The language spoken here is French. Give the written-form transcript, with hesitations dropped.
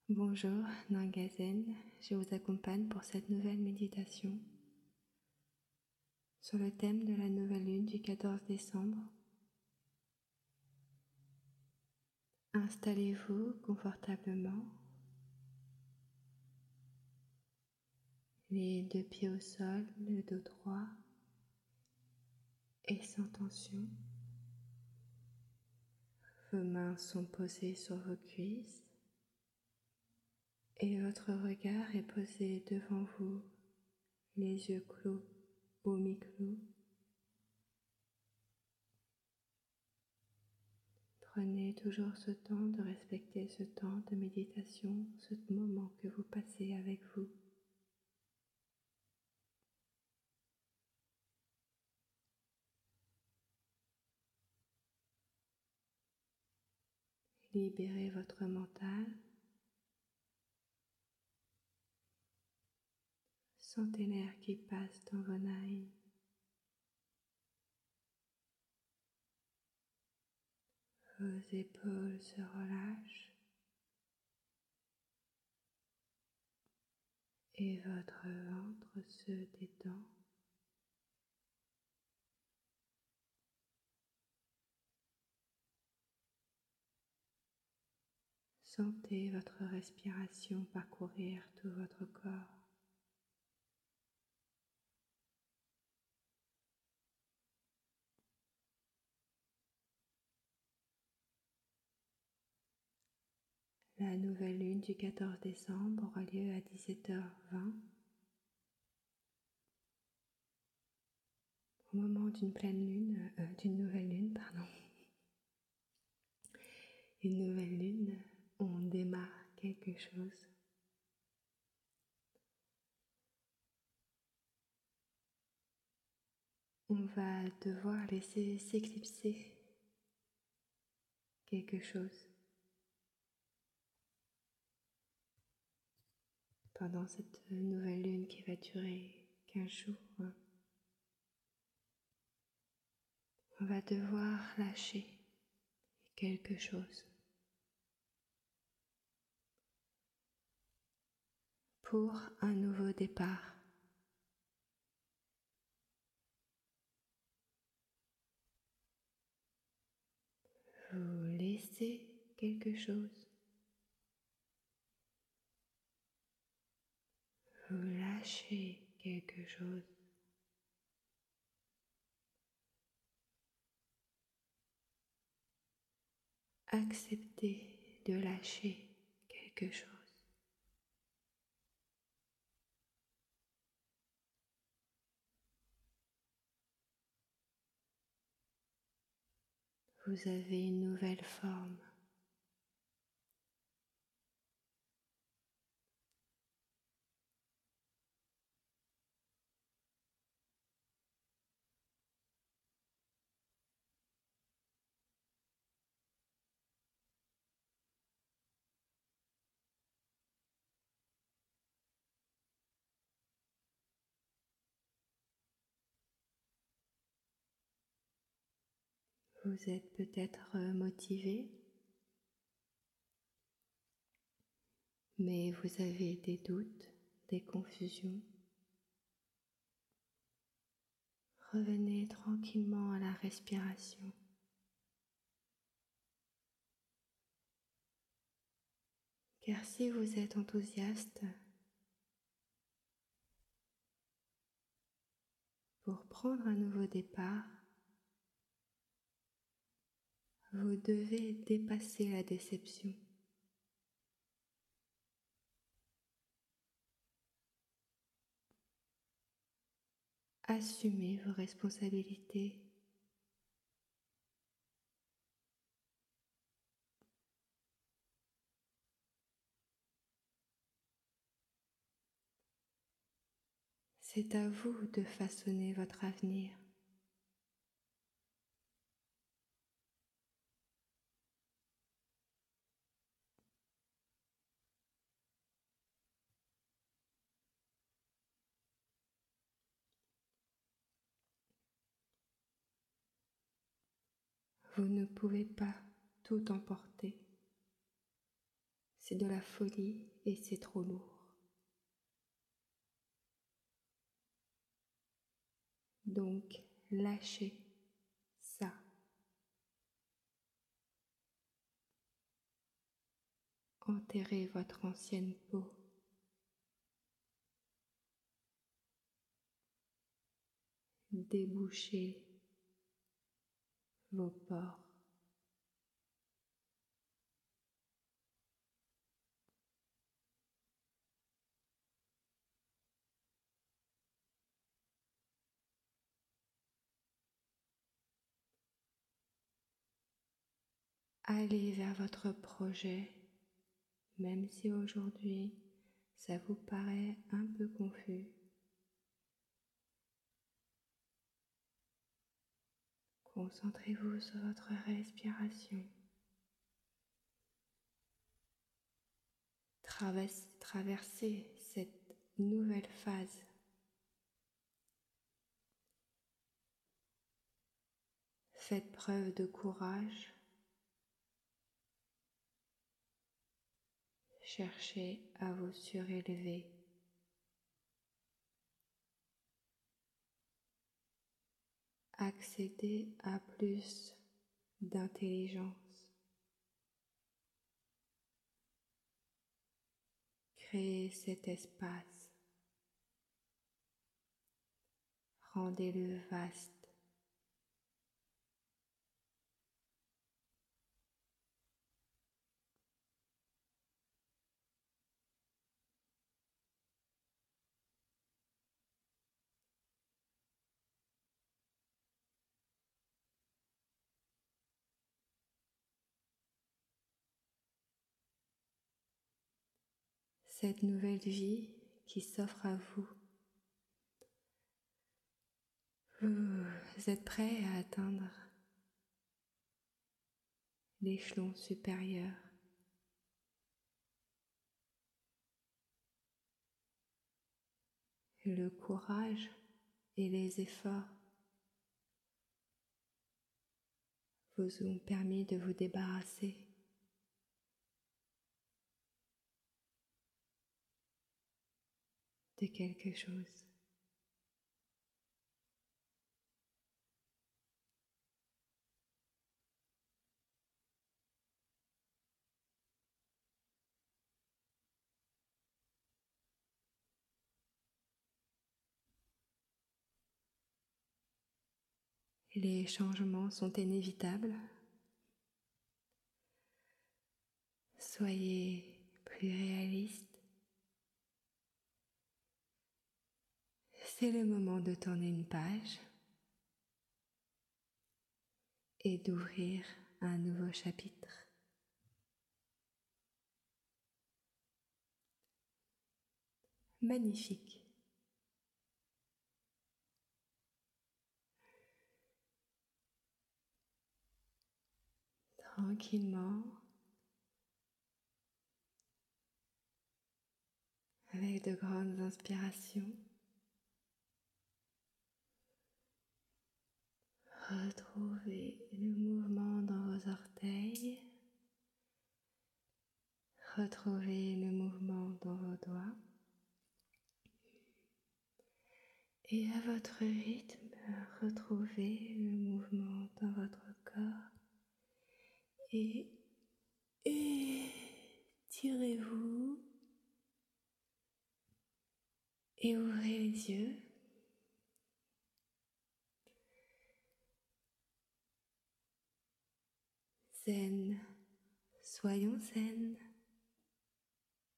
Bonjour, Nangazen, je vous accompagne pour cette nouvelle méditation sur le thème de la nouvelle lune du 14 décembre. Installez-vous confortablement, les deux pieds au sol, le dos droit et sans tension. Vos mains sont posées sur vos cuisses et votre regard est posé devant vous, les yeux clos ou mi-clos. Prenez toujours ce temps de respecter ce temps de méditation, ce moment que vous passez avec vous. Libérez votre mental. Sentez l'air qui passe dans vos narines. Vos épaules se relâchent et votre ventre se détend. Sentez votre respiration parcourir tout votre corps. La nouvelle lune du 14 décembre aura lieu à 17h20. Au moment d'une d'une nouvelle lune, pardon. Une nouvelle lune, on démarre quelque chose. On va devoir laisser s'éclipser quelque chose. Pendant cette nouvelle lune qui va durer 15 jours, on va devoir lâcher quelque chose pour un nouveau départ. Vous laissez quelque chose, vous lâchez quelque chose. Acceptez de lâcher quelque chose. Vous avez une nouvelle forme. Vous êtes peut-être motivé, mais vous avez des doutes, des confusions. Revenez tranquillement à la respiration. Car si vous êtes enthousiaste pour prendre un nouveau départ, vous devez dépasser la déception. Assumez vos responsabilités. C'est à vous de façonner votre avenir. Vous ne pouvez pas tout emporter. c'est de la folie et c'est trop lourd. Donc, lâchez ça. Enterrez votre ancienne peau. Débouchez vos pores. Allez vers votre projet, même si aujourd'hui ça vous paraît un peu confus. Concentrez-vous sur votre respiration. Traversez cette nouvelle phase. Faites preuve de courage. Cherchez à vous surélever. Accédez à plus d'intelligence. Créez cet espace. Rendez-le vaste. Cette nouvelle vie qui s'offre à vous, vous êtes prêt à atteindre l'échelon supérieur. Le courage et les efforts vous ont permis de vous débarrasser de quelque chose. Les changements sont inévitables. Soyez plus réaliste. C'est le moment de tourner une page et d'ouvrir un nouveau chapitre. Magnifique. Tranquillement, avec de grandes inspirations, retrouvez le mouvement dans vos orteils, retrouvez le mouvement dans vos doigts et à votre rythme, retrouvez le mouvement dans votre corps et étirez-vous et ouvrez les yeux. Zen, soyons zen.